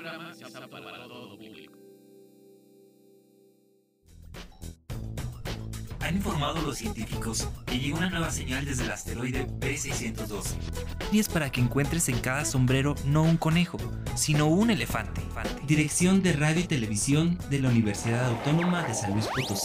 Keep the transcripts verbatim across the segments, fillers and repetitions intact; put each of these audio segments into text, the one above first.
programa es apto para todo público. Han informado los científicos que llegó una nueva señal desde el asteroide B seiscientos doce. Y es para que encuentres en cada sombrero no un conejo, sino un elefante. Dirección de Radio y Televisión de la Universidad Autónoma de San Luis Potosí.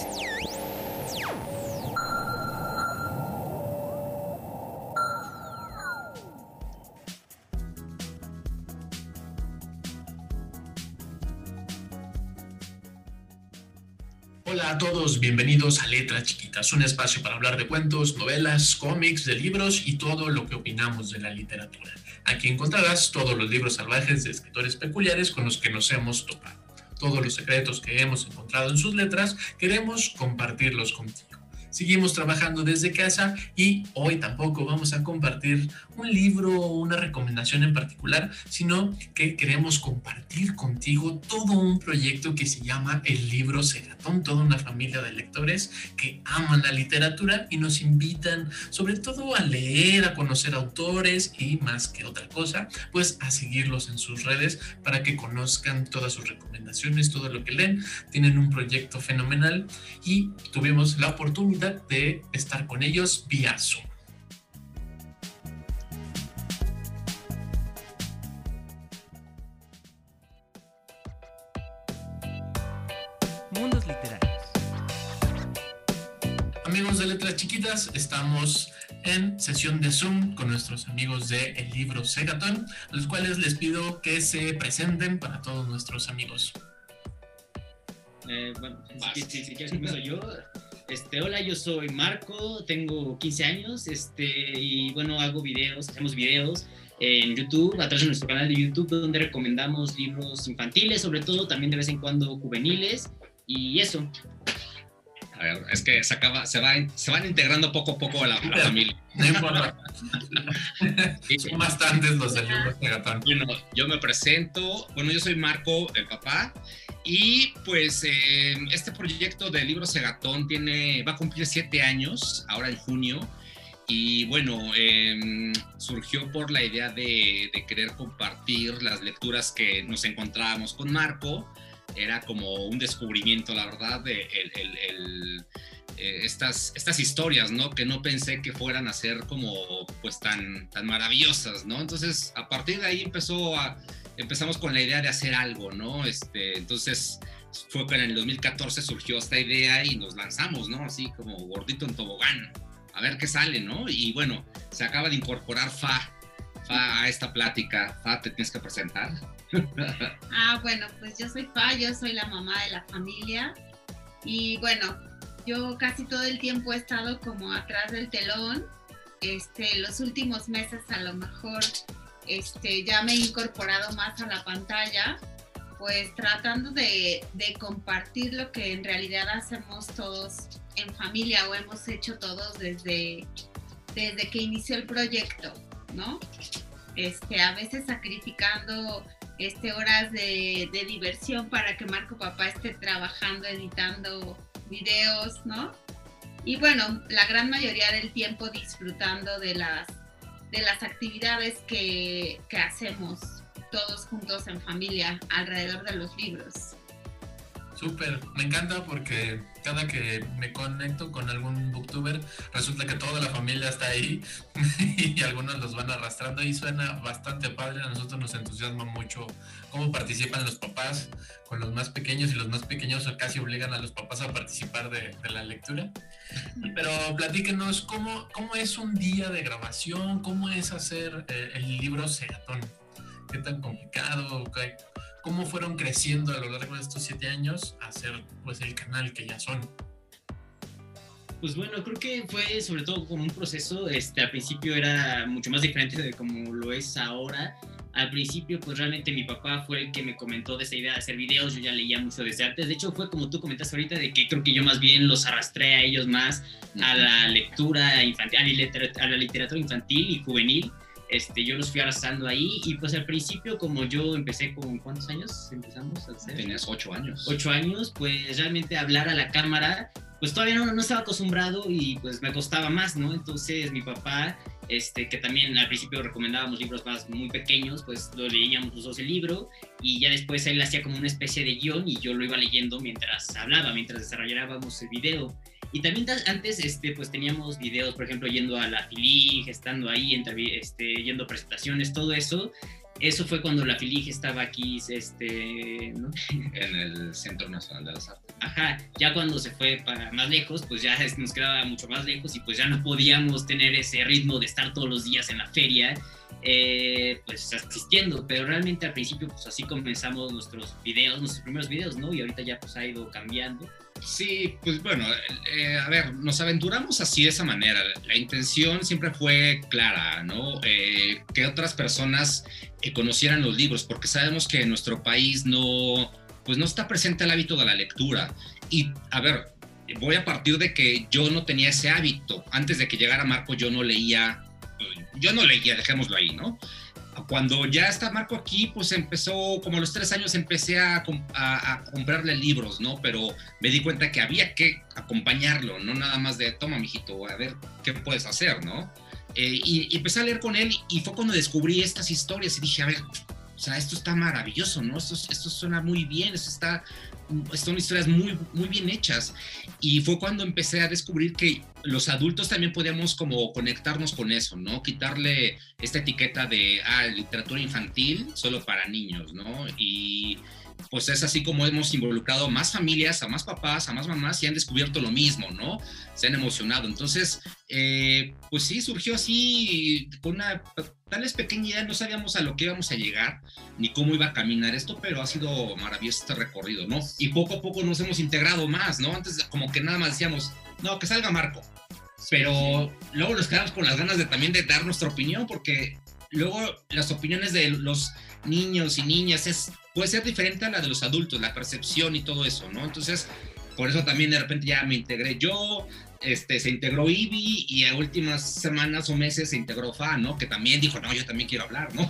Hola a todos, bienvenidos a Letras Chiquitas, un espacio para hablar de cuentos, novelas, cómics, de libros y todo lo que opinamos de la literatura. Aquí encontrarás todos los libros salvajes de escritores peculiares con los que nos hemos topado. Todos los secretos que hemos encontrado en sus letras, queremos compartirlos contigo. Seguimos trabajando desde casa y hoy tampoco vamos a compartir un libro o una recomendación en particular, sino que queremos compartir contigo todo un proyecto que se llama El Libro Segatón, toda una familia de lectores que aman la literatura y nos invitan sobre todo a leer, a conocer autores y más que otra cosa, pues a seguirlos en sus redes para que conozcan todas sus recomendaciones, todo lo que leen. Tienen un proyecto fenomenal y tuvimos la oportunidad de estar con ellos vía Zoom. Mundos literarios. Amigos de Letras Chiquitas, estamos en sesión de Zoom con nuestros amigos de El Libro Segatón, a los cuales les pido que se presenten para todos nuestros amigos. Eh, bueno, si, si, si quieres empiezo yo. Este, hola, yo soy Marco, tengo quince años, este, y bueno, hago videos, hacemos videos en YouTube, a través de nuestro canal de YouTube, donde recomendamos libros infantiles, sobre todo, también de vez en cuando juveniles, y eso. A ver, es que se, acaba, se, va, se van integrando poco a poco a la, a la familia. No importa. Son bastantes los del Libro Segatón. Bueno, yo me presento. Bueno, yo soy Marco, el papá. Y pues eh, este proyecto del Libro Segatón tiene, va a cumplir siete años, ahora en junio. Y bueno, eh, surgió por la idea de, de querer compartir las lecturas que nos encontrábamos con Marco. Era como un descubrimiento, la verdad, de el, el, el, eh, estas, estas historias, ¿no? Que no pensé que fueran a ser como, pues, tan, tan maravillosas, ¿no? Entonces, a partir de ahí empezó a, empezamos con la idea de hacer algo, ¿no? Este, entonces, fue que en el dos mil catorce surgió esta idea y nos lanzamos, ¿no? Así como gordito en tobogán, a ver qué sale, ¿no? Y bueno, se acaba de incorporar Fa, Fa a esta plática. Fa, ¿te tienes que presentar? Ah, bueno, pues yo soy Fa, yo soy la mamá de la familia y bueno, yo casi todo el tiempo he estado como atrás del telón. Este, los últimos meses a lo mejor este, ya me he incorporado más a la pantalla, pues tratando de, de compartir lo que en realidad hacemos todos en familia o hemos hecho todos desde, desde que inició el proyecto, ¿no? Este, a veces sacrificando este, horas de, de diversión para que Marco Papá esté trabajando, editando videos, ¿no? Y bueno, la gran mayoría del tiempo disfrutando de las, de las actividades que, que hacemos todos juntos en familia alrededor de los libros. Súper, me encanta porque cada que me conecto con algún booktuber resulta que toda la familia está ahí y algunos los van arrastrando y suena bastante padre. A nosotros nos entusiasma mucho cómo participan los papás con los más pequeños y los más pequeños casi obligan a los papás a participar de, de la lectura. Pero platíquenos, ¿cómo, cómo es un día de grabación? ¿Cómo es hacer eh, el Libro Segatón? ¿Qué tan complicado? ¿Qué, ¿Cómo fueron creciendo a lo largo de estos siete años a ser pues el canal que ya son? Pues bueno, creo que fue sobre todo como un proceso, este, al principio era mucho más diferente de como lo es ahora. Al principio, pues realmente mi papá fue el que me comentó de esa idea de hacer videos, yo ya leía mucho desde antes. De hecho, fue como tú comentaste ahorita, de que creo que yo más bien los arrastré a ellos más a la lectura infantil, a la literatura infantil y juvenil. Este, yo los fui arrastrando ahí y pues al principio como yo empecé con ¿cuántos años empezamos a hacer? Tenías ocho años. Ocho años, pues realmente hablar a la cámara, pues todavía no, no estaba acostumbrado y pues me costaba más, ¿no? Entonces mi papá este, que también al principio recomendábamos libros más muy pequeños, pues lo leíamos los dos el libro, y ya después él hacía como una especie de guión y yo lo iba leyendo mientras hablaba, mientras desarrollábamos el video. Y también antes este, pues teníamos videos, por ejemplo, yendo a la FILIG, estando ahí, entre, este, yendo a presentaciones, todo eso. Eso fue cuando la FILIG estaba aquí, este, ¿no? En el Centro Nacional de las Artes. Ajá, ya cuando se fue para más lejos, pues ya nos quedaba mucho más lejos y pues ya no podíamos tener ese ritmo de estar todos los días en la feria, eh, pues asistiendo. Pero realmente al principio, pues así comenzamos nuestros videos, nuestros primeros videos, ¿no? Y ahorita ya pues ha ido cambiando. Sí, pues bueno, eh, a ver, nos aventuramos así de esa manera. La intención siempre fue clara, ¿no? Eh, que otras personas eh, conocieran los libros, porque sabemos que en nuestro país no, pues no está presente el hábito de la lectura. Y, a ver, voy a partir de que yo no tenía ese hábito. Antes de que llegara Marco, yo no leía, yo no leía, dejémoslo ahí, ¿no? Cuando ya está Marco aquí, pues empezó, como a los tres años empecé a, a, a comprarle libros, ¿no? Pero me di cuenta que había que acompañarlo, no nada más de, toma, mijito, a ver qué puedes hacer, ¿no? Eh, y, y empecé a leer con él y fue cuando descubrí estas historias y dije, a ver, o sea, esto está maravilloso, ¿no? Esto, esto suena muy bien, esto está, son historias muy, muy bien hechas. Y fue cuando empecé a descubrir que los adultos también podíamos como conectarnos con eso, ¿no? Quitarle esta etiqueta de, ah, literatura infantil solo para niños, ¿no? Y pues es así como hemos involucrado a más familias, a más papás, a más mamás y han descubierto lo mismo, ¿no? Se han emocionado. Entonces, eh, pues sí, surgió así con una tal vez pequeña idea, no sabíamos a lo que íbamos a llegar, ni cómo iba a caminar esto, pero ha sido maravilloso este recorrido, ¿no? Y poco a poco nos hemos integrado más, ¿no? Antes como que nada más decíamos, no, que salga Marco, pero luego nos quedamos con las ganas de también de dar nuestra opinión, porque luego las opiniones de los niños y niñas es, puede ser diferente a la de los adultos, la percepción y todo eso, ¿no? Entonces, por eso también de repente ya me integré yo, este, se integró Ivy y a últimas semanas o meses se integró Fa, ¿no? Que también dijo, no, yo también quiero hablar, ¿no?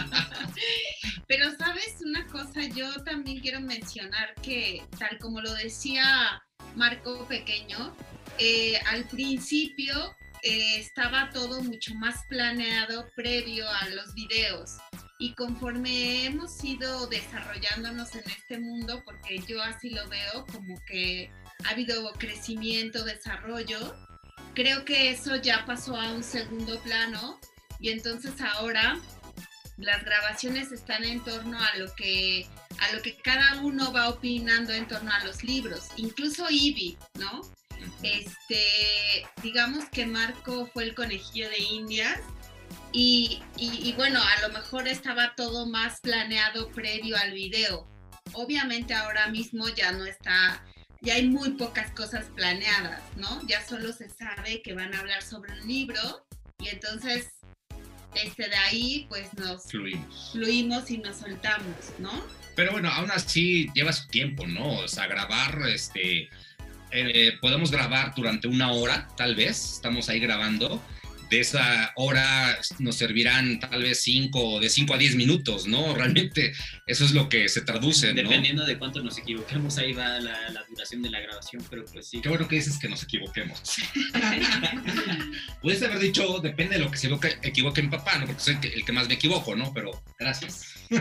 Pero sabes una cosa, yo también quiero mencionar que tal como lo decía Marco pequeño, eh, al principio eh, estaba todo mucho más planeado previo a los videos. Y conforme hemos ido desarrollándonos en este mundo, porque yo así lo veo, como que ha habido crecimiento, desarrollo, creo que eso ya pasó a un segundo plano y entonces ahora las grabaciones están en torno a lo que, a lo que cada uno va opinando en torno a los libros, incluso Ivy, ¿no? Este, digamos que Marco fue el conejillo de Indias. Y, y, y bueno, a lo mejor estaba todo más planeado previo al video. Obviamente ahora mismo ya no está, ya hay muy pocas cosas planeadas, ¿no? Ya solo se sabe que van a hablar sobre un libro y entonces este, de ahí pues nos fluimos. fluimos y nos soltamos, ¿no? Pero bueno, aún así lleva su tiempo, ¿no? O sea, grabar, este, eh, podemos grabar durante una hora, tal vez, estamos ahí grabando. De esa hora nos servirán tal vez cinco, de cinco a diez minutos, ¿no? Realmente eso es lo que se traduce, ¿no? Dependiendo de cuánto nos equivoquemos, ahí va la, la duración de la grabación, pero pues sí. Qué bueno que dices que nos equivoquemos. Puedes haber dicho, depende de lo que se equivoque mi papá, ¿no? Porque soy el que más me equivoco, ¿no? Pero gracias. No,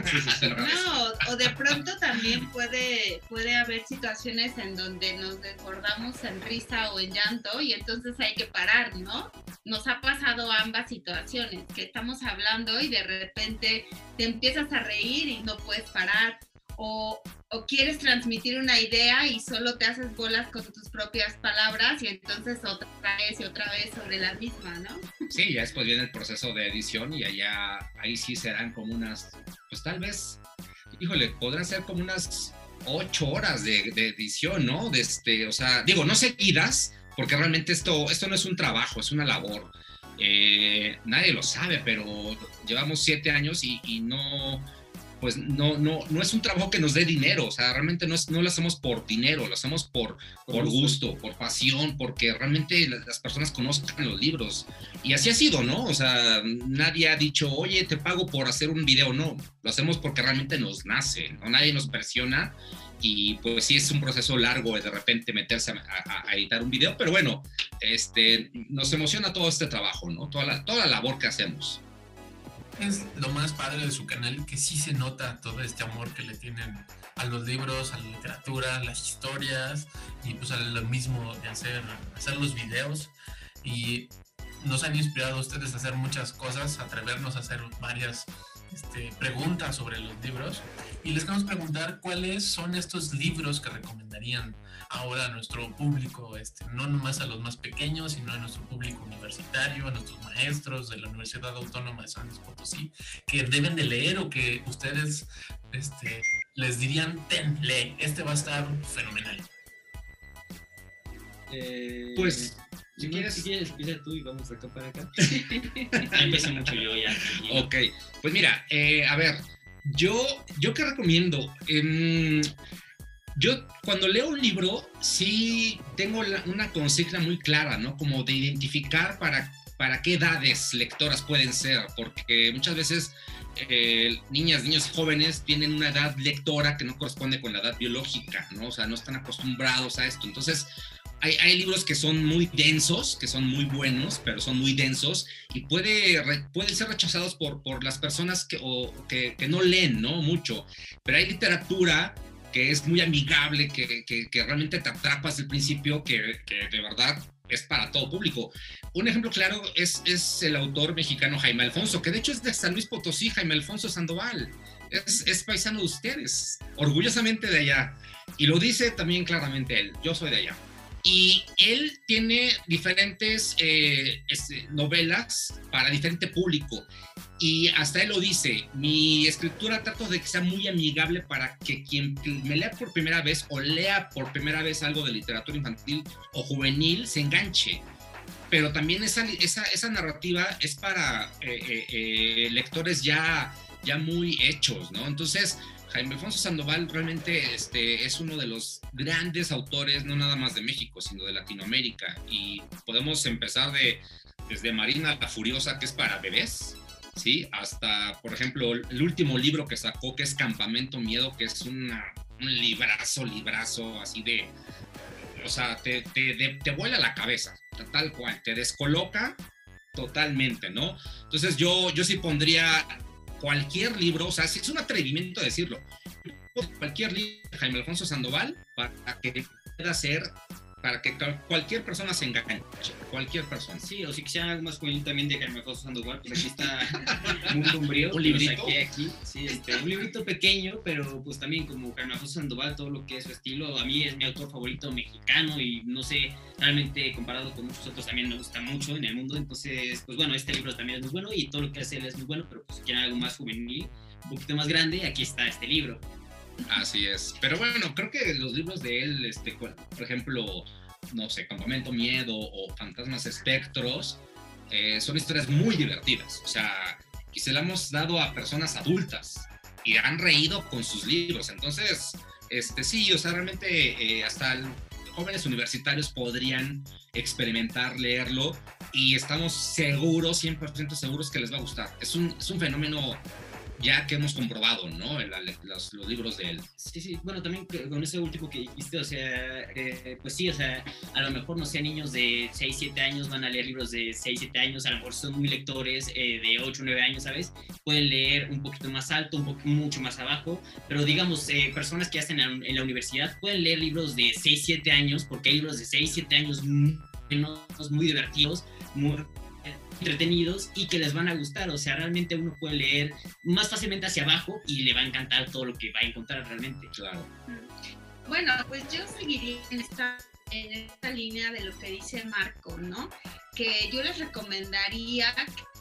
o de pronto también puede, puede haber situaciones en donde nos desbordamos en risa o en llanto y entonces hay que parar, ¿no? Nos ha pasado ambas situaciones, que estamos hablando y de repente te empiezas a reír y no puedes parar, o, o quieres transmitir una idea y solo te haces bolas con tus propias palabras y entonces otra vez y otra vez sobre la misma, ¿no? Sí, ya después viene el proceso de edición y allá, ahí sí serán como unas, pues tal vez, híjole, podrán ser como unas ocho horas de, de edición, ¿no? De este, o sea, digo, no seguidas, porque realmente esto, esto no es un trabajo, es una labor. Eh, nadie lo sabe, pero llevamos siete años y, y no, pues no, no, no es un trabajo que nos dé dinero, o sea, realmente no, es, no lo hacemos por dinero, lo hacemos por, por gusto, por pasión, porque realmente las personas conozcan los libros. Y así ha sido, ¿no? O sea, nadie ha dicho, oye, te pago por hacer un video, no, lo hacemos porque realmente nos nace, ¿no? Nadie nos presiona. y pues sí es un proceso largo de repente meterse a, a, a editar un video, pero bueno, este, nos emociona todo este trabajo, ¿no? Toda la, toda la labor que hacemos. Es lo más padre de su canal, que sí se nota todo este amor que le tienen a los libros, a la literatura, a las historias, y pues a lo mismo de hacer, hacer los videos. Y nos han inspirado a ustedes a hacer muchas cosas, a atrevernos a hacer varias este, preguntas sobre los libros. Y les queremos preguntar cuáles son estos libros que recomendarían ahora a nuestro público, este, no nomás a los más pequeños, sino a nuestro público universitario, a nuestros maestros de la Universidad Autónoma de San Luis Potosí, que deben de leer o que ustedes este, les dirían, ten, lee, este va a estar fenomenal. Eh, Pues, si no, quieres... si quieres, empieza tú y vamos de acá para acá. Empecé mucho yo ya. Ok, pues mira, eh, a ver, yo, yo qué recomiendo. Eh, yo cuando leo un libro, sí tengo la, una consigna muy clara, ¿no? Como de identificar para, para qué edades lectoras pueden ser, porque muchas veces eh, niñas, niños jóvenes tienen una edad lectora que no corresponde con la edad biológica, ¿no? O sea, no están acostumbrados a esto. Entonces, Hay, hay libros que son muy densos, que son muy buenos, pero son muy densos y puede, re, pueden ser rechazados por, por las personas que, o, que, que no leen, ¿no? Mucho. Pero hay literatura que es muy amigable, que, que, que realmente te atrapa desde el principio, que, que de verdad es para todo público. Un ejemplo claro es, es el autor mexicano Jaime Alfonso, que de hecho es de San Luis Potosí, Jaime Alfonso Sandoval. Es, es paisano de ustedes, orgullosamente de allá. Y lo dice también claramente él, yo soy de allá. Y él tiene diferentes eh, este, novelas para diferente público. Y hasta él lo dice, mi escritura trato de que sea muy amigable para que quien me lea por primera vez o lea por primera vez algo de literatura infantil o juvenil se enganche. Pero también esa, esa, esa narrativa es para eh, eh, eh, lectores ya, ya muy hechos, ¿no? Entonces, Jaime Alfonso Sandoval realmente este, es uno de los grandes autores, no nada más de México, sino de Latinoamérica. Y podemos empezar de, desde Marina la Furiosa, que es para bebés, ¿sí? Hasta, por ejemplo, el último libro que sacó, que es Campamento Miedo, que es una, un librazo, librazo, así de... O sea, te, te, te, te vuela la cabeza, tal cual, te descoloca totalmente, ¿no? Entonces yo, yo sí pondría... cualquier libro, o sea, si es un atrevimiento decirlo, cualquier libro de Jaime Alfonso Sandoval para que pueda ser, para que cualquier persona se enganche, cualquier persona. Sí, o si quisieran algo más juvenil también de Jaime Alfonso Sandoval, pues aquí está Mundo Umbrío. ¿Un librito? Aquí, aquí, sí, este, un librito pequeño, pero pues también como Jaime Alfonso Sandoval, todo lo que es su estilo, a mí es mi autor favorito mexicano y no sé, realmente comparado con muchos otros también me gusta mucho en el mundo, entonces, pues bueno, este libro también es muy bueno y todo lo que hace él es muy bueno, pero pues si quieren algo más juvenil, un poquito más grande, aquí está este libro. Así es, pero bueno, creo que los libros de él, este, por ejemplo, no sé, Campamento Miedo o Fantasmas Espectros, eh, son historias muy divertidas, o sea, y se la hemos dado a personas adultas y han reído con sus libros, entonces, este, sí, o sea, realmente eh, hasta el, jóvenes universitarios podrían experimentar, leerlo y estamos seguros, cien por ciento seguros que les va a gustar. Es un, es un fenómeno ya que hemos comprobado, ¿no? El, los, los libros de él. Sí, sí, bueno, también con ese último que dijiste, o sea, eh, pues sí, o sea, a lo mejor, no sé, niños de seis, siete años van a leer libros de seis, siete años, a lo mejor son muy lectores eh, de ocho, nueve años, ¿sabes? Pueden leer un poquito más alto, un poco, mucho más abajo, pero digamos, eh, personas que hacen en, en la universidad pueden leer libros de seis, siete años, porque hay libros de seis, siete años muy, muy divertidos, muy entretenidos y que les van a gustar, o sea, realmente uno puede leer más fácilmente hacia abajo y le va a encantar todo lo que va a encontrar realmente. Claro. Bueno, pues yo seguiría en esta, en esta línea de lo que dice Marco, ¿no? Que yo les recomendaría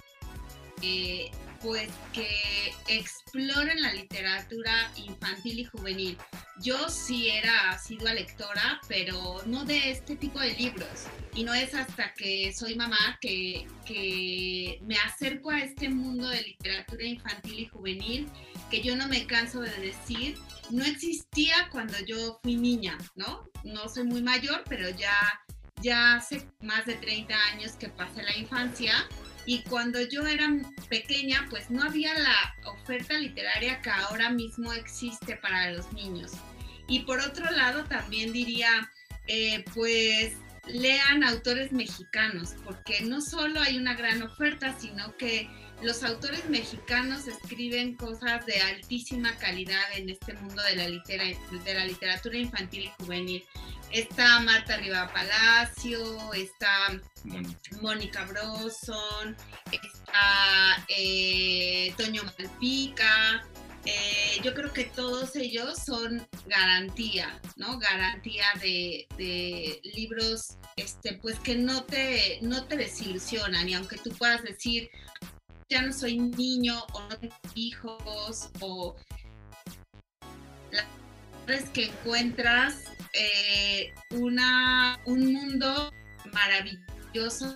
que, eh, pues que exploren la literatura infantil y juvenil. Yo sí era asidua lectora, pero no de este tipo de libros. Y no es hasta que soy mamá que, que me acerco a este mundo de literatura infantil y juvenil que yo no me canso de decir, no existía cuando yo fui niña, ¿no? No soy muy mayor, pero ya, ya hace más de treinta años que pasé la infancia. Y cuando yo era pequeña, pues no había la oferta literaria que ahora mismo existe para los niños. Y por otro lado también diría, eh, pues lean autores mexicanos, porque no solo hay una gran oferta, sino que los autores mexicanos escriben cosas de altísima calidad en este mundo de la, litera, de la literatura infantil y juvenil. Está Marta Rivera Palacio, está Mónica Brosson, está eh, Toño Malpica. Eh, yo creo que todos ellos son garantía, ¿no? Garantía de, de libros este, pues que no te, no te desilusionan, y aunque tú puedas decir, ya no soy niño o no tengo hijos, o la verdad es que encuentras eh, una, un mundo maravilloso.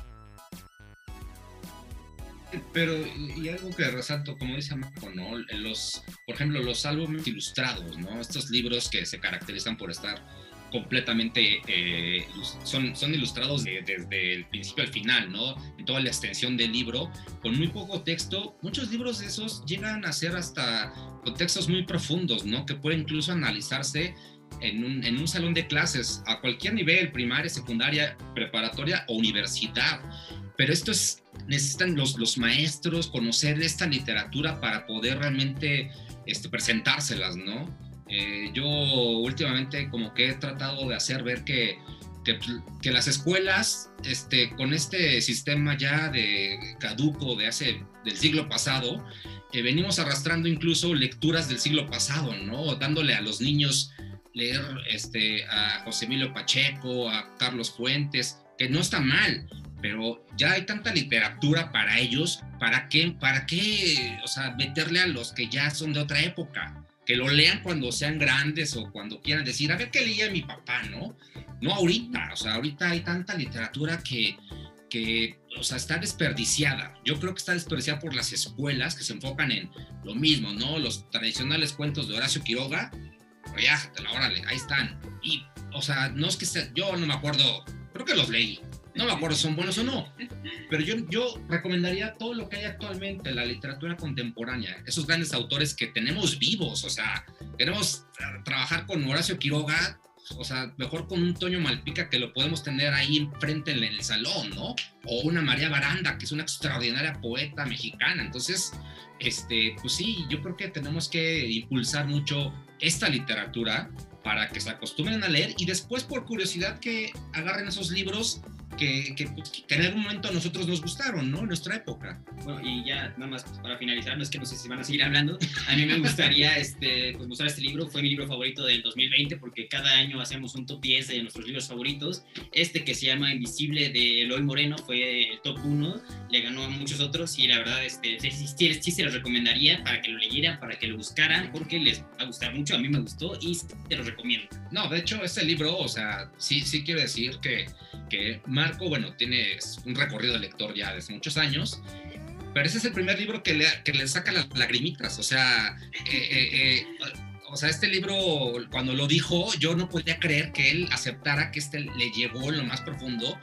Pero, y algo que resalto, como dice Marco, ¿no? Los, por ejemplo, los álbumes ilustrados, ¿no? Estos libros que se caracterizan por estar completamente, eh, son, son ilustrados de, desde el principio al final, ¿no? En toda la extensión del libro, con muy poco texto. Muchos libros de esos llegan a ser hasta contextos muy profundos, ¿no? Que pueden incluso analizarse en un, en un salón de clases, a cualquier nivel, primaria, secundaria, preparatoria o universidad. Pero esto es, necesitan los, los maestros conocer esta literatura para poder realmente este, presentárselas, ¿no? Eh, yo últimamente como que he tratado de hacer ver que, que, que las escuelas, este, con este sistema ya de caduco de hace, del siglo pasado, eh, venimos arrastrando incluso lecturas del siglo pasado, ¿no? Dándole a los niños leer este, a José Emilio Pacheco, a Carlos Fuentes, que no está mal, pero ya hay tanta literatura para ellos, ¿para qué, para qué, o sea, meterle a los que ya son de otra época? Que lo lean cuando sean grandes o cuando quieran decir, a ver qué leía mi papá, ¿no? No ahorita, o sea, ahorita hay tanta literatura que, que, o sea, está desperdiciada. Yo creo que está desperdiciada por las escuelas que se enfocan en lo mismo, ¿no? Los tradicionales cuentos de Horacio Quiroga, pues ya, órale, ahí están. Y, o sea, no es que sea, yo no me acuerdo, creo que los leí. No me acuerdo si son buenos o no, pero yo, yo recomendaría todo lo que hay actualmente, la literatura contemporánea, esos grandes autores que tenemos vivos, o sea, queremos trabajar con Horacio Quiroga, o sea, mejor con un Toño Malpica que lo podemos tener ahí enfrente en el salón, ¿no? O una María Baranda, que es una extraordinaria poeta mexicana. Entonces, este, pues sí, yo creo que tenemos que impulsar mucho esta literatura para que se acostumbren a leer y después, por curiosidad, que agarren esos libros Que, que, que en algún momento a nosotros nos gustaron, ¿no? En nuestra época. Bueno, y ya nada más para finalizar, no es que no sé si van a seguir hablando, a mí me gustaría este, pues, mostrar este libro, fue mi libro favorito del dos mil veinte, porque cada año hacemos un top diez de nuestros libros favoritos. Este que se llama Invisible de Eloy Moreno fue el top uno, le ganó a muchos otros y la verdad este, sí, sí, sí, sí se los recomendaría para que lo leyeran, para que lo buscaran, porque les va a gustar mucho, a mí me gustó y te lo recomiendo. No, de hecho, este libro, o sea, sí, sí quiero decir que, que Marco, bueno, tiene un recorrido de lector ya desde muchos años, pero ese es el primer libro que le, que le saca las lagrimitas, o sea, eh, eh, eh, o sea, este libro, cuando lo dijo, yo no podía creer que él aceptara que este le llegó en lo más profundo,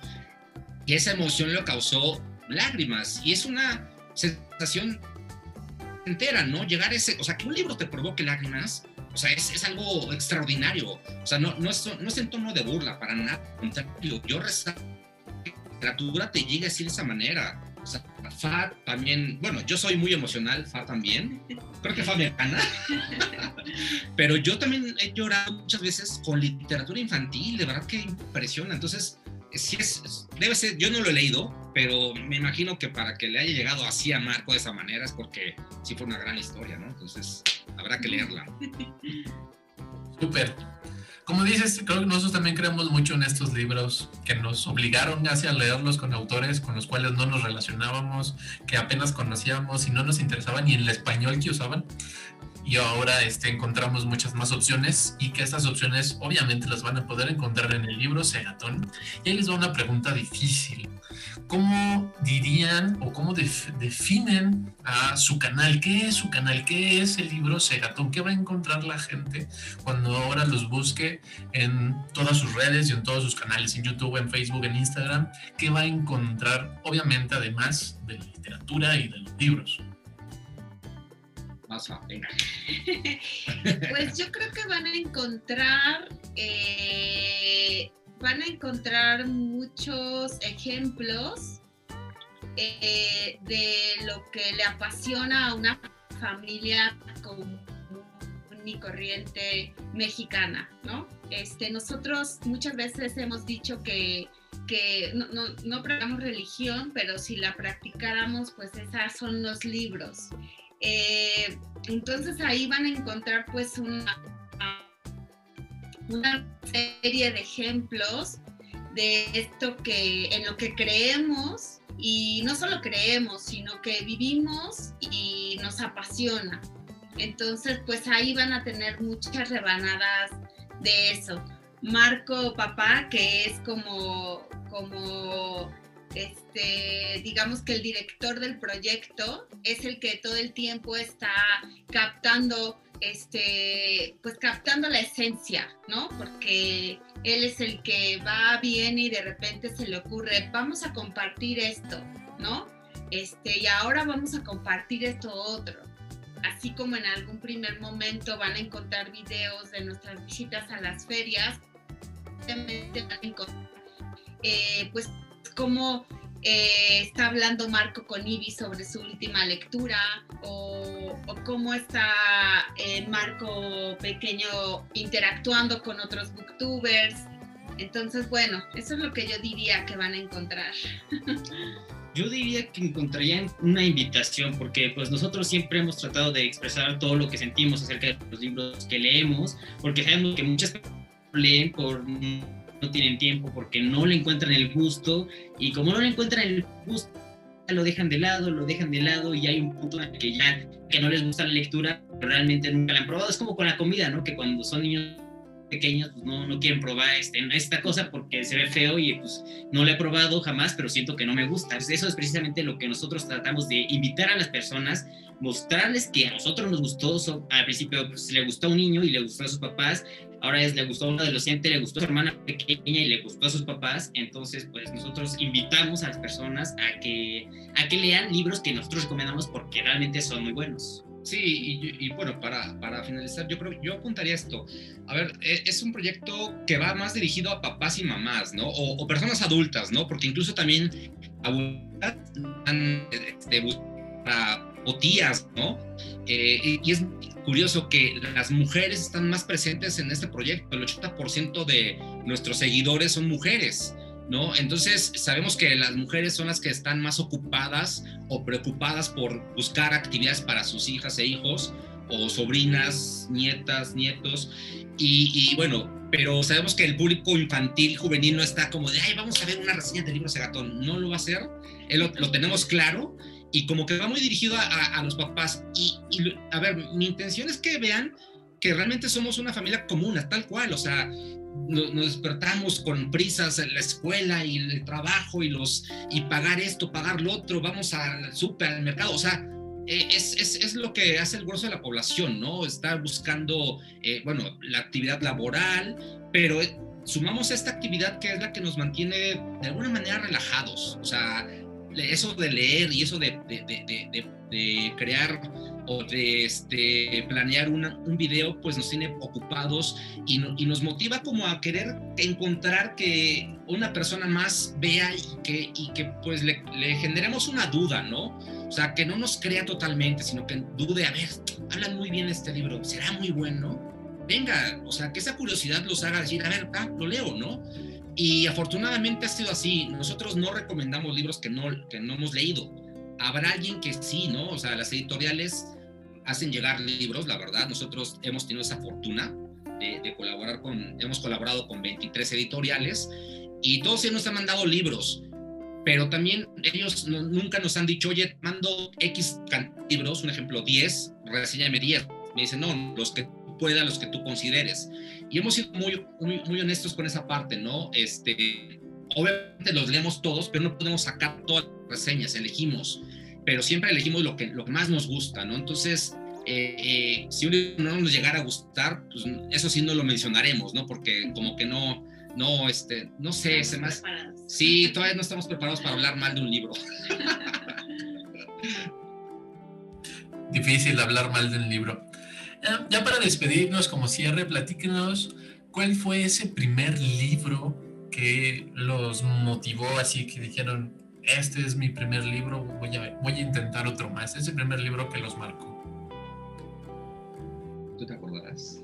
y esa emoción le causó lágrimas, y es una sensación entera, ¿no? Llegar a ese, o sea, que un libro te provoque lágrimas, o sea, es, es algo extraordinario, o sea, no, no, es, no es en tono de burla, para nada, yo resalto la literatura te llega así de esa manera. O sea, Fa también, bueno, yo soy muy emocional, Fa también, creo que Fa me gana, pero yo también he llorado muchas veces con literatura infantil, de verdad que impresiona. Entonces, sí es, debe ser, yo no lo he leído, pero me imagino que para que le haya llegado así a Marco de esa manera es porque sí fue una gran historia, ¿no? Entonces, habrá que leerla. Súper. Como dices, creo que nosotros también creemos mucho en estos libros que nos obligaron casi a leerlos con autores con los cuales no nos relacionábamos, que apenas conocíamos y no nos interesaba ni el español que usaban. Y ahora este, encontramos muchas más opciones y que estas opciones obviamente las van a poder encontrar en el libro Segatón. Y ahí les va una pregunta difícil. ¿Cómo dirían o cómo def definen a su canal? ¿Qué es su canal? ¿Qué es el libro Segatón? ¿Qué va a encontrar la gente cuando ahora los busque en todas sus redes y en todos sus canales, en YouTube, en Facebook, en Instagram? ¿Qué va a encontrar, obviamente, además de la literatura y de los libros? Vas a, venga. Pues yo creo que van a encontrar, eh, van a encontrar muchos ejemplos eh, de lo que le apasiona a una familia común y corriente mexicana, ¿no? Este, nosotros muchas veces hemos dicho que, que no, no, no practicamos religión, pero si la practicáramos, pues esos son los libros. Eh, entonces ahí van a encontrar pues una, una serie de ejemplos de esto que en lo que creemos, y no solo creemos, sino que vivimos y nos apasiona. Entonces pues ahí van a tener muchas rebanadas de eso. Marco Papá, que es como, como este, digamos que el director del proyecto, es el que todo el tiempo está captando, este, pues captando la esencia, ¿no? Porque él es el que va, viene y de repente se le ocurre, vamos a compartir esto, ¿no? Este, y ahora vamos a compartir esto otro. Así como en algún primer momento van a encontrar videos de nuestras visitas a las ferias, van a encontrar, eh, pues cómo eh, está hablando Marco con Ivy sobre su última lectura, o, o cómo está eh, Marco pequeño interactuando con otros booktubers. Entonces, bueno, eso es lo que yo diría que van a encontrar. Yo diría que encontrarían una invitación, porque pues nosotros siempre hemos tratado de expresar todo lo que sentimos acerca de los libros que leemos, porque sabemos que muchas personas leen por no tienen tiempo, porque no le encuentran el gusto, y como no le encuentran el gusto, lo dejan de lado, lo dejan de lado, y hay un punto en el que ya que no les gusta la lectura, pero realmente nunca la han probado. Es como con la comida, ¿no? Que cuando son niños pequeños pues no, no quieren probar este, esta cosa porque se ve feo y pues no la he probado jamás, pero siento que no me gusta. Eso es precisamente lo que nosotros tratamos de invitar a las personas, mostrarles que a nosotros nos gustó. So, al principio pues, le gustó a un niño y le gustó a sus papás, ahora es, le gustó a un adolescente, le gustó a su hermana pequeña y le gustó a sus papás. Entonces pues nosotros invitamos a las personas a que, a que lean libros que nosotros recomendamos porque realmente son muy buenos. Sí, y, y bueno, para, para finalizar, yo creo, yo apuntaría esto. A ver, es un proyecto que va más dirigido a papás y mamás, ¿no? O, o personas adultas, ¿no? Porque incluso también abuelas este, o tías, ¿no? Eh, y es curioso que las mujeres están más presentes en este proyecto. El ochenta por ciento de nuestros seguidores son mujeres, ¿no? Entonces sabemos que las mujeres son las que están más ocupadas o preocupadas por buscar actividades para sus hijas e hijos o sobrinas, nietas, nietos y, y bueno, pero sabemos que el público infantil, juvenil no está como de, ay, vamos a ver una reseña de libros Segatón. No lo va a hacer, Él lo, lo tenemos claro y como que va muy dirigido a, a, a los papás y, y a ver, mi intención es que vean que realmente somos una familia común, tal cual, o sea, nos despertamos con prisas en la escuela y el trabajo y, los, y pagar esto, pagar lo otro, vamos al súper, al mercado, o sea, es, es, es lo que hace el grueso de la población, ¿no? Está buscando, eh, bueno, la actividad laboral, pero sumamos esta actividad que es la que nos mantiene de alguna manera relajados, o sea, eso de leer y eso de, de, de, de, de crear o de este, planear una, un video, pues nos tiene ocupados y, no, y nos motiva como a querer encontrar que una persona más vea y que, y que pues le, le generemos una duda, ¿no? O sea, que no nos crea totalmente, sino que dude, a ver, hablan muy bien este libro, ¿será muy bueno? Venga, o sea, que esa curiosidad los haga decir, a ver, ah, lo leo, ¿no? Y afortunadamente ha sido así. Nosotros no recomendamos libros que no, que no hemos leído. Habrá alguien que sí, ¿no? O sea, las editoriales hacen llegar libros, la verdad. Nosotros hemos tenido esa fortuna de, de colaborar con, hemos colaborado con veintitrés editoriales y todos ellos nos han mandado libros, pero también ellos no, nunca nos han dicho, oye, mando X libros, un ejemplo, diez, reséñame diez. Me dicen, no, los que pueda, los que tú consideres. Y hemos sido muy, muy, muy honestos con esa parte, ¿no? Este, obviamente los leemos todos, pero no podemos sacar todas las reseñas, elegimos, pero siempre elegimos lo que, lo que más nos gusta, ¿no? Entonces, eh, eh, si un libro no nos llegara a gustar, pues eso sí no lo mencionaremos, ¿no? Porque como que no, no, este, no sé, se más... Sí, todavía no estamos preparados para hablar mal de un libro. difícil hablar mal del libro. Ya, ya para despedirnos, como cierre, platíquenos cuál fue ese primer libro que los motivó, así que dijeron, este es mi primer libro, voy a, voy a intentar otro más. Ese primer libro que los marcó. ¿Tú te acordarás?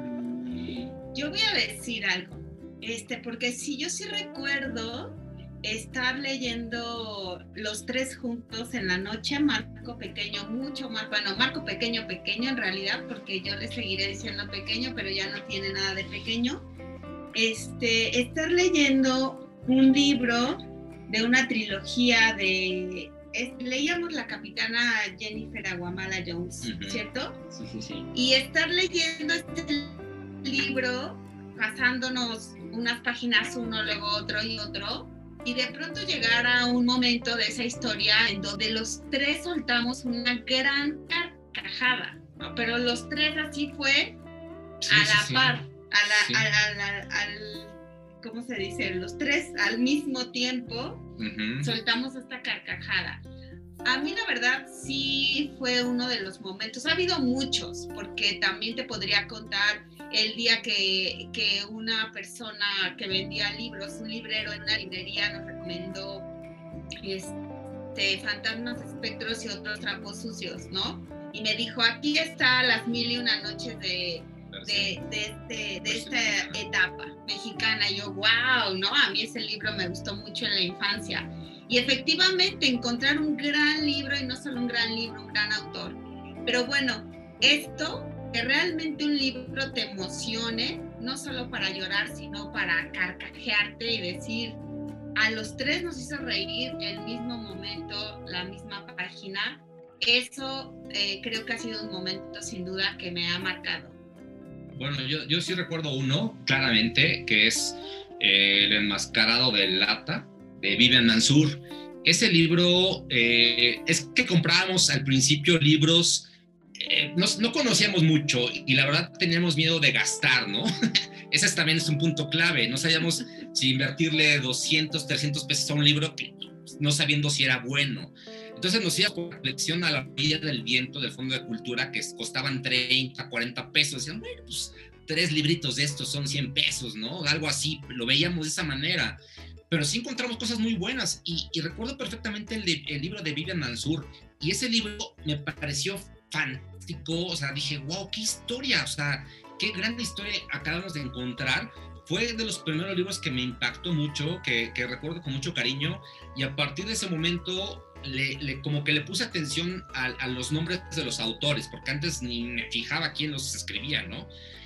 Yo voy a decir algo, este, porque si yo sí recuerdo estar leyendo Los Tres Juntos en la noche, Marco Pequeño, mucho más, bueno, Marco Pequeño, pequeño en realidad, porque yo le seguiré diciendo pequeño, pero ya no tiene nada de pequeño. Este, estar leyendo un libro de una trilogía de... Es, leíamos La Capitana Jennifer Aguamala Jones, uh-huh. ¿Cierto? Sí, sí, sí. Y estar leyendo este libro, pasándonos unas páginas uno, luego otro y otro, y de pronto llegar a un momento de esa historia en donde los tres soltamos una gran carcajada, ¿no? Pero los tres así fue sí, a la sí, par, sí. a la, sí. a la, a la, al, ¿cómo se dice? Los tres al mismo tiempo. Uh-huh. Soltamos esta carcajada. A mí la verdad sí fue uno de los momentos, ha habido muchos, porque también te podría contar el día que, que una persona que vendía libros, un librero en una librería nos recomendó este, Fantasmas, Espectros y Otros Trapos Sucios, ¿no? Y me dijo, aquí está Las Mil y Una Noches de... De, de, este, de esta etapa mexicana. Y yo, wow, ¿no? A mí ese libro me gustó mucho en la infancia. Y efectivamente encontrar un gran libro, y no solo un gran libro, un gran autor. Pero bueno, esto, que realmente un libro te emocione, no solo para llorar, sino para carcajearte y decir, a los tres nos hizo reír el mismo momento, la misma página. Eso eh, creo que ha sido un momento sin duda que me ha marcado. Bueno, yo, yo sí recuerdo uno, claramente, que es eh, El Enmascarado de Lata, de Vivian Mansur. Ese libro, eh, es que comprábamos al principio libros, eh, no, no conocíamos mucho y la verdad teníamos miedo de gastar, ¿no? Ese también es un punto clave, no sabíamos si invertirle doscientos, trescientos pesos a un libro, no sabiendo si era bueno. Entonces nos íbamos con la colección a la orilla del viento del Fondo de Cultura que costaban treinta, cuarenta pesos. Decían, bueno, pues tres libritos de estos son cien pesos, ¿no? Algo así, lo veíamos de esa manera. Pero sí encontramos cosas muy buenas. Y, y recuerdo perfectamente el, de, el libro de Vivian Mansur. Y ese libro me pareció fantástico. O sea, dije, wow, qué historia. O sea, qué gran historia acabamos de encontrar. Fue de los primeros libros que me impactó mucho, que, que recuerdo con mucho cariño. Y a partir de ese momento... Le, le, como que le puse atención a, a los nombres de los autores, porque antes ni me fijaba quién los escribía, ¿no?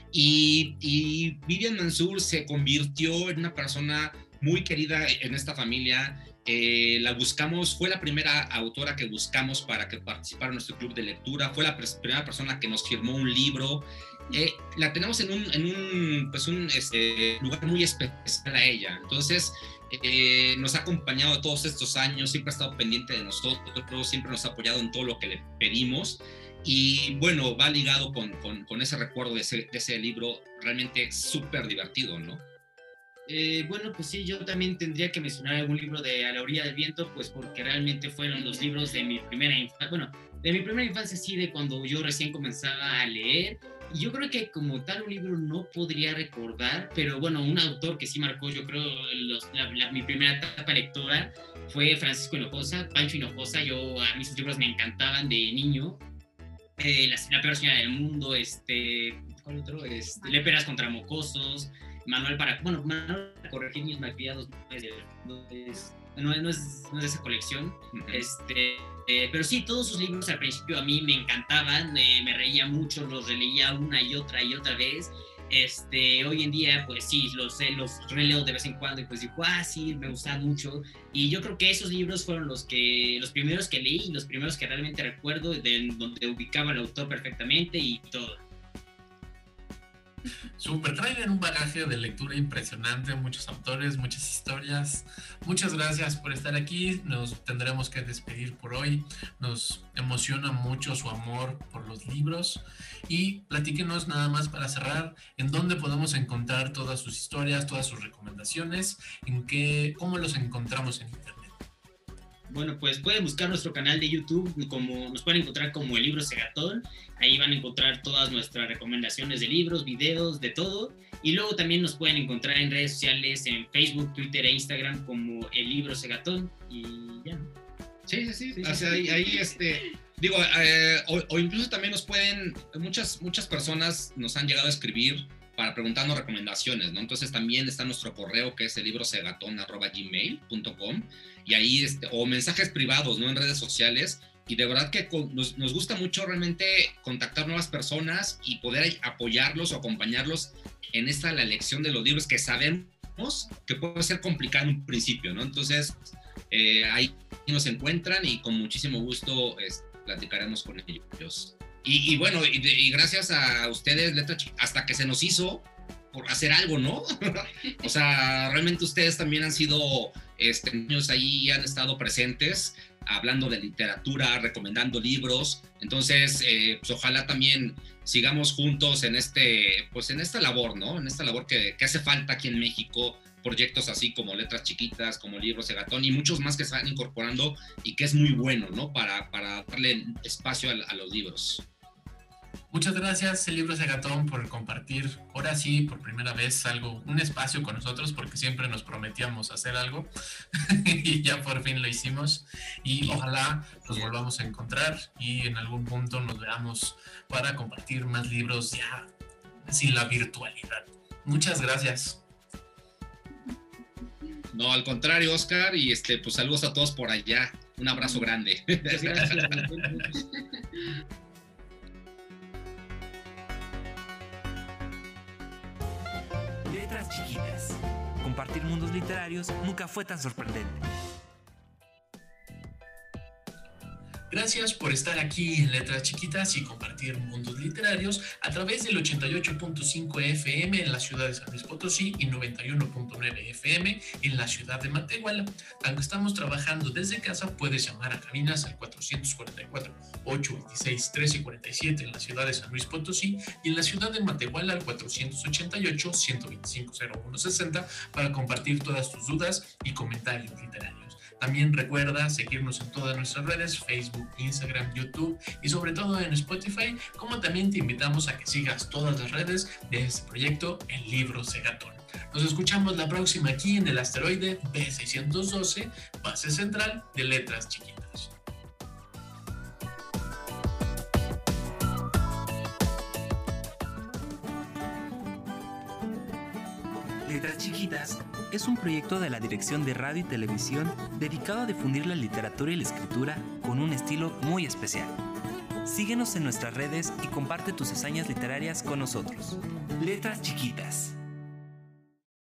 Y, y Vivian Mansur se convirtió en una persona muy querida en esta familia. Eh, la buscamos, fue la primera autora que buscamos para que participara en nuestro club de lectura, fue la pres, primera persona que nos firmó un libro. Eh, la tenemos en un, en un, pues un este, lugar muy especial a ella. Entonces, Eh, nos ha acompañado todos estos años, siempre ha estado pendiente de nosotros, siempre nos ha apoyado en todo lo que le pedimos y bueno, va ligado con, con, con ese recuerdo de ese, de ese libro realmente súper divertido, ¿no? Eh, bueno, pues sí, yo también tendría que mencionar algún libro de A la Orilla del Viento, pues porque realmente fueron los libros de mi primera infancia, bueno, de mi primera infancia sí, de cuando yo recién comenzaba a leer. Y yo creo que como tal un libro no podría recordar, pero bueno, un autor que sí marcó, yo creo, los, la, la, mi primera etapa lectora fue Francisco Hinojosa, Pancho Hinojosa. Yo, a mí sus libros me encantaban de niño. Eh, la, la peor señora del mundo, este, ¿cuál otro? Este, Léperas contra mocosos, Manual para, bueno, Manual para corregir mis malcriados, no es, no es, no es, no es, no es de esa colección. Uh-huh. Este... Eh, pero sí, todos sus libros al principio a mí me encantaban, eh, me reía mucho, los releía una y otra y otra vez. Este, hoy en día, pues sí, los, los releo de vez en cuando y pues digo, ah, sí, me gustaban mucho. Y yo creo que esos libros fueron los, que, los primeros que leí, los primeros que realmente recuerdo, de, donde ubicaba al autor perfectamente y todo. Súper, traen un bagaje de lectura impresionante, muchos autores, muchas historias. Muchas gracias por estar aquí, nos tendremos que despedir por hoy. Nos emociona mucho su amor por los libros y platíquenos nada más para cerrar, en dónde podemos encontrar todas sus historias, todas sus recomendaciones, en qué, cómo los encontramos en internet. Bueno, pues pueden buscar nuestro canal de YouTube, como nos pueden encontrar como El Libro Segatón. Ahí van a encontrar todas nuestras recomendaciones de libros, videos, de todo. Y luego también nos pueden encontrar en redes sociales, en Facebook, Twitter e Instagram como El Libro Segatón. Y ya. Sí, sí, sí. Sí, o sea, sí, ahí, sí. ahí, este, digo, eh, o, o incluso también nos pueden, muchas, muchas personas nos han llegado a escribir para preguntarnos recomendaciones, ¿no? Entonces también está nuestro correo, que es el libro segatón arroba gmail punto com, y ahí, este, o mensajes privados, ¿no? En redes sociales, y de verdad que con, nos, nos gusta mucho realmente contactar nuevas personas y poder apoyarlos o acompañarlos en esta, la elección de los libros que sabemos que puede ser complicado en un principio, ¿no? Entonces, eh, ahí nos encuentran y con muchísimo gusto es, platicaremos con ellos. Y, y bueno, y, de, y gracias a ustedes, Letra Chiquita, hasta que se nos hizo por hacer algo, ¿no? O sea, realmente ustedes también han sido este, niños ahí, han estado presentes, hablando de literatura, recomendando libros. Entonces, eh, pues ojalá también sigamos juntos en, este, pues en esta labor, ¿no? En esta labor que, que hace falta aquí en México, proyectos así como Letras Chiquitas, como Libro Segatón y muchos más que se van incorporando y que es muy bueno, ¿no? Para, para darle espacio a, a los libros. Muchas gracias, El Libro Segatón, por compartir, ahora sí, por primera vez, algo, un espacio con nosotros, porque siempre nos prometíamos hacer algo y ya por fin lo hicimos. Y ojalá nos volvamos a encontrar y en algún punto nos veamos para compartir más libros ya sin la virtualidad. Muchas gracias. No, al contrario, Oscar, y este, pues saludos a todos por allá. Un abrazo grande. Muchas gracias. Letras Chiquitas. Compartir mundos literarios nunca fue tan sorprendente. Gracias por estar aquí en Letras Chiquitas y compartir mundos literarios a través del ochenta y ocho punto cinco F M en la ciudad de San Luis Potosí y noventa y uno punto nueve F M en la ciudad de Matehuala. Aunque estamos trabajando desde casa, puedes llamar a cabinas al cuatrocientos cuarenta y cuatro, ochocientos veintiséis, trece cuarenta y siete en la ciudad de San Luis Potosí y en la ciudad de Matehuala al cuatrocientos ochenta y ocho, ciento veinticinco, cero uno sesenta para compartir todas tus dudas y comentarios literarios. También recuerda seguirnos en todas nuestras redes, Facebook, Instagram, YouTube y sobre todo en Spotify, como también te invitamos a que sigas todas las redes de este proyecto, El Libro Segatón. Nos escuchamos la próxima aquí en el asteroide B seiscientos doce, base central de Letras Chiquitas. Letras Chiquitas es un proyecto de la Dirección de Radio y Televisión dedicado a difundir la literatura y la escritura con un estilo muy especial. Síguenos en nuestras redes y comparte tus hazañas literarias con nosotros. Letras Chiquitas.